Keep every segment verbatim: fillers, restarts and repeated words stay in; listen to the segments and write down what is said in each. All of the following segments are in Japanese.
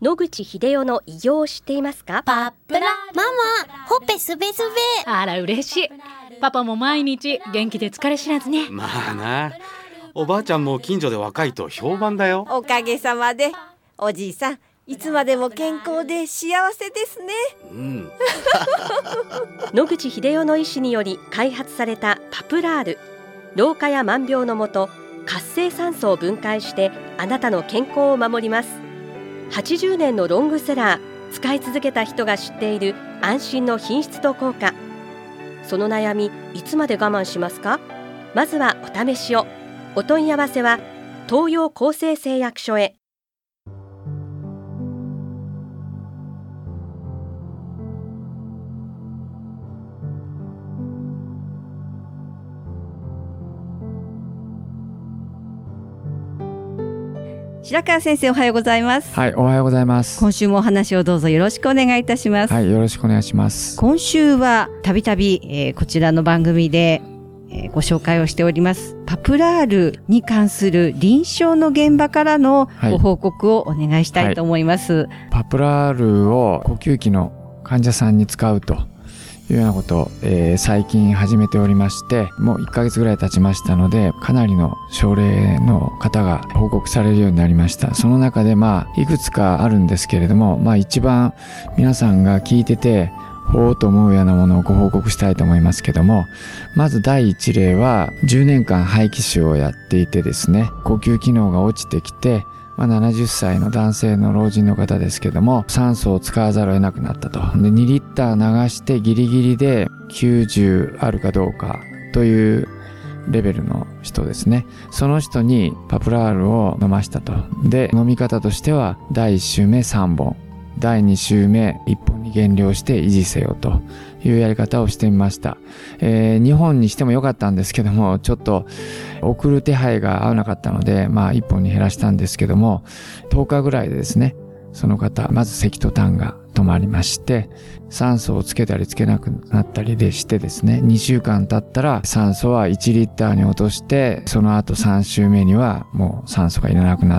野口英世の偉業を知っていますか？ パプラママ、ほっぺすべすべ。 あら嬉しい。パパも毎日元気で疲れ知らずね。 まあな、おばあちゃんも近所で若いと評判だよ。 おかげさまで。おじいさん、いつまでも健康で幸せですね。 うん野口英世の医師により開発されたパプラール。老化や万病のもと、活性酸素を分解してあなたの健康を守ります。はちじゅうねんのロングセラー、使い続けた人が知っている安心の品質と効果。その悩み、いつまで我慢しますか？まずはお試しを。お問い合わせは東洋厚生製薬所へ。 白川先生、おはようございます。 はい、おはようございます。 今週もお話をどうぞよろしくお願いいたします。 はい、よろしくお願いします。 今週はたびたびこちらの番組で、えー、ご紹介をしておりますパプラールに関する臨床の現場からのご報告をお願いしたいと思います。 はいはい、パプラールを呼吸器の患者さんに使うというようなことを、えー、最近始めておりまして、もういっかげつぐらい経ちましたので、かなりの症例の方が報告されるようになりました。その中でまあいくつかあるんですけれども、まあ一番皆さんが聞いててほうと思うようなものをご報告したいと思いますけども、まず第一例はじゅうねんかん肺気腫をやっていてですね、呼吸機能が落ちてきて、まあ、ななじゅっさいの男性の老人の方ですけども、酸素を使わざるを得なくなったと。で、にリッター流してギリギリできゅうじゅうあるかどうかというレベルの人ですね。その人にパプラールを飲ましたと。で、飲み方としてはだいいっ週目さんぼん、だいに週目いっぽんに減量して維持せよというやり方をしてみました。えー、にほんにしてもよかったんですけども、ちょっと送る手配が合わなかったので、まあいっぽんに減らしたんですけども、とおかぐらいでですね、その方、まず咳と痰が止まりまして、酸素をつけたりつけなくなったりでしてですね、にしゅうかん経ったら酸素はいちリッターに落として、その後さん週目にはもう酸素がいらなくなって、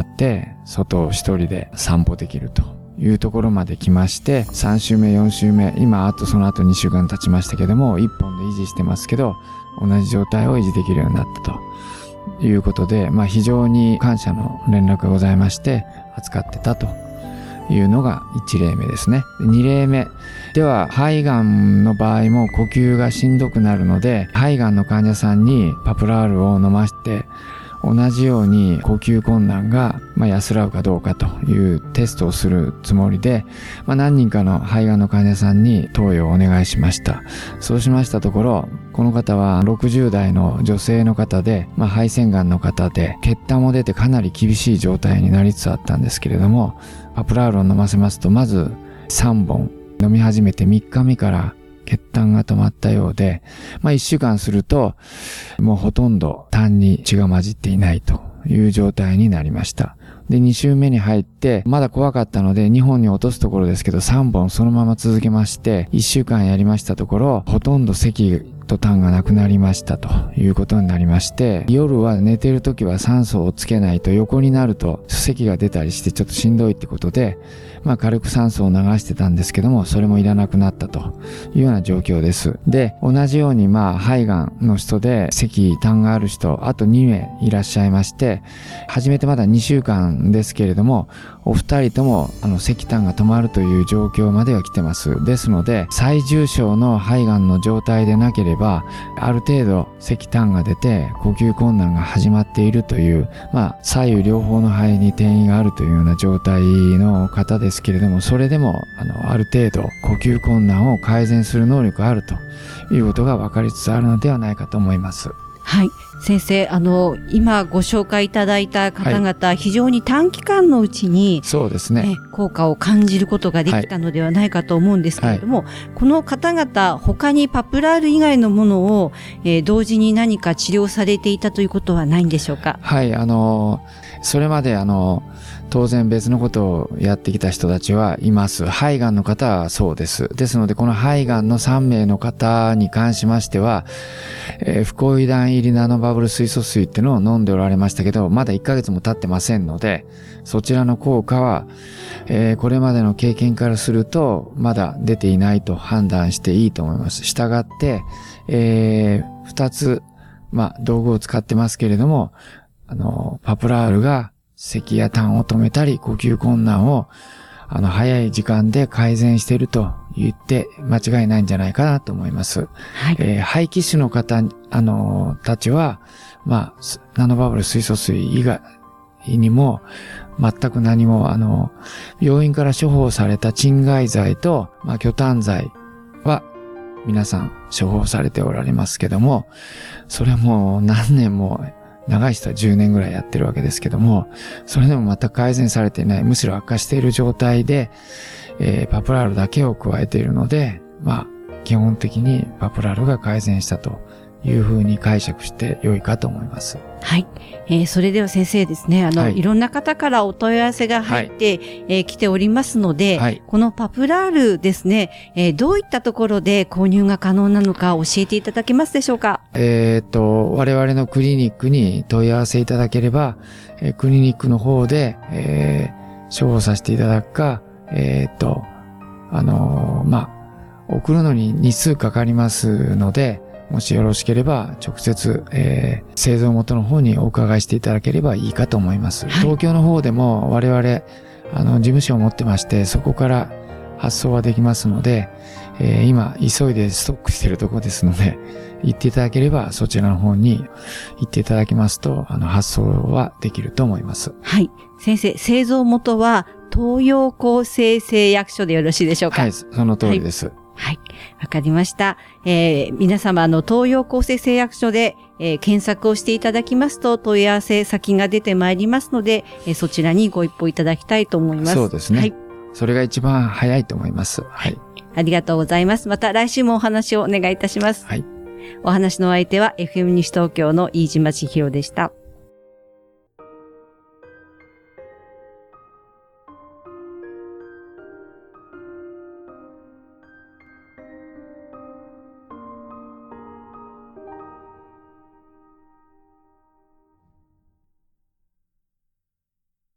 外を一人で散歩できるというところまで来まして、さん週目よん週目、今あとその後にしゅうかん経ちましたけども、いっぽんで維持してますけど、同じ状態を維持できるようになったということで、まあ非常に感謝の連絡がございまして、扱ってたというのがいち例目ですね。に例目では、肺がんの場合も呼吸がしんどくなるので、肺がんの患者さんにパプラールを飲まして、同じように呼吸困難が、まあ、安らぐかどうかというテストをするつもりで、まあ、何人かの肺がんの患者さんに投与をお願いしました。そうしましたところ、この方はろくじゅう代の女性の方で、まあ、肺腺がんの方で、血痰も出てかなり厳しい状態になりつつあったんですけれども、パプラールを飲ませますと、まずさんぼん飲み始めてみっかめから血痰が止まったようで、まあ一週間すると、もうほとんど痰に血が混じっていないという状態になりました。で、に週目に入って、まだ怖かったのでにほんに落とすところですけど、さんぼんそのまま続けまして、いっしゅうかんやりましたところ、ほとんど咳と痰がなくなりましたということになりまして、夜は寝てるときは酸素をつけないと横になると咳が出たりしてちょっとしんどいってことで、まあ軽く酸素を流してたんですけども、それもいらなくなったというような状況です。で、同じようにまあ肺がんの人で咳、痰がある人、あとに名いらっしゃいまして、初めてまだにしゅうかんですけれども、お二人ともあの咳痰が止まるという状況までは来てます。ですので、最重症の肺がんの状態でなければ、ある程度咳痰が出て呼吸困難が始まっているという、まあ左右両方の肺に転移があるというような状態の方ですけれども、それでもあのある程度呼吸困難を改善する能力があるということが分かりつつあるのではないかと思います。 はい、先生、あの今ご紹介いただいた方々、はい、非常に短期間のうちにそうですね、 効果を感じることができたのではないかと思うんですけれども、はい、この方々他にパプラール以外のものを、えー、同時に何か治療されていたということはないんでしょうか？ はい、あのそれまであの当然別のことをやってきた人たちはいます。肺がんの方はそうです。ですのでこの肺がんのさんめいの方に関しましては、えー、フコイダン入りナノバブル水素水っていうのを飲んでおられましたけど、まだいっかげつも経ってませんので、そちらの効果は、えー、これまでの経験からするとまだ出ていないと判断していいと思います。したがって、えー、二つ、まあ、道具を使ってますけれども、あの、パプラールが咳や痰を止めたり、呼吸困難を、あの、早い時間で改善していると言って間違いないんじゃないかなと思います。 はい。 えー、肺気腫の方、あの、たちは、まあ、ナノバブル水素水以外にも、全く何も、あの、病院から処方された鎮害剤と、まあ、去痰剤は、皆さん処方されておられますけども、それも何年も、長い人はじゅうねんぐらいやってるわけですけども、それでも全く改善されていない、むしろ悪化している状態で、えー、パプラールだけを加えているので、まあ、基本的にパプラールが改善したというふうに解釈して良いかと思います。 はい。えー、それでは先生ですね、あの、はい、いろんな方からお問い合わせが入って、はい、えー、来ておりますので、はい、このパプラールですね、えー、どういったところで購入が可能なのか教えていただけますでしょうか？ えっと、我々のクリニックに問い合わせいただければ、えー、クリニックの方で、えー、処方させていただくか、えっと、あのー、まあ、送るのに日数かかりますので、もしよろしければ直接、えー、製造元の方にお伺いしていただければいいかと思います。はい、東京の方でも我々あの事務所を持ってまして、そこから発送はできますので、えー、今急いでストックしているところですので、行っていただければそちらの方に行っていただきますと、あの発送はできると思います。 はい。先生、製造元は東洋厚生製薬所でよろしいでしょうか？ はい、その通りです。はい、 はい。わかりました。えー、皆様、あの、東洋厚生製薬所で、えー、検索をしていただきますと、問い合わせ先が出てまいりますので、えー、そちらにご一報いただきたいと思います。 そうですね。 はい。 それが一番早いと思います。はい。 ありがとうございます。また来週もお話をお願いいたします。 はい。 お話の相手は エフエム 西東京の飯島千尋でした。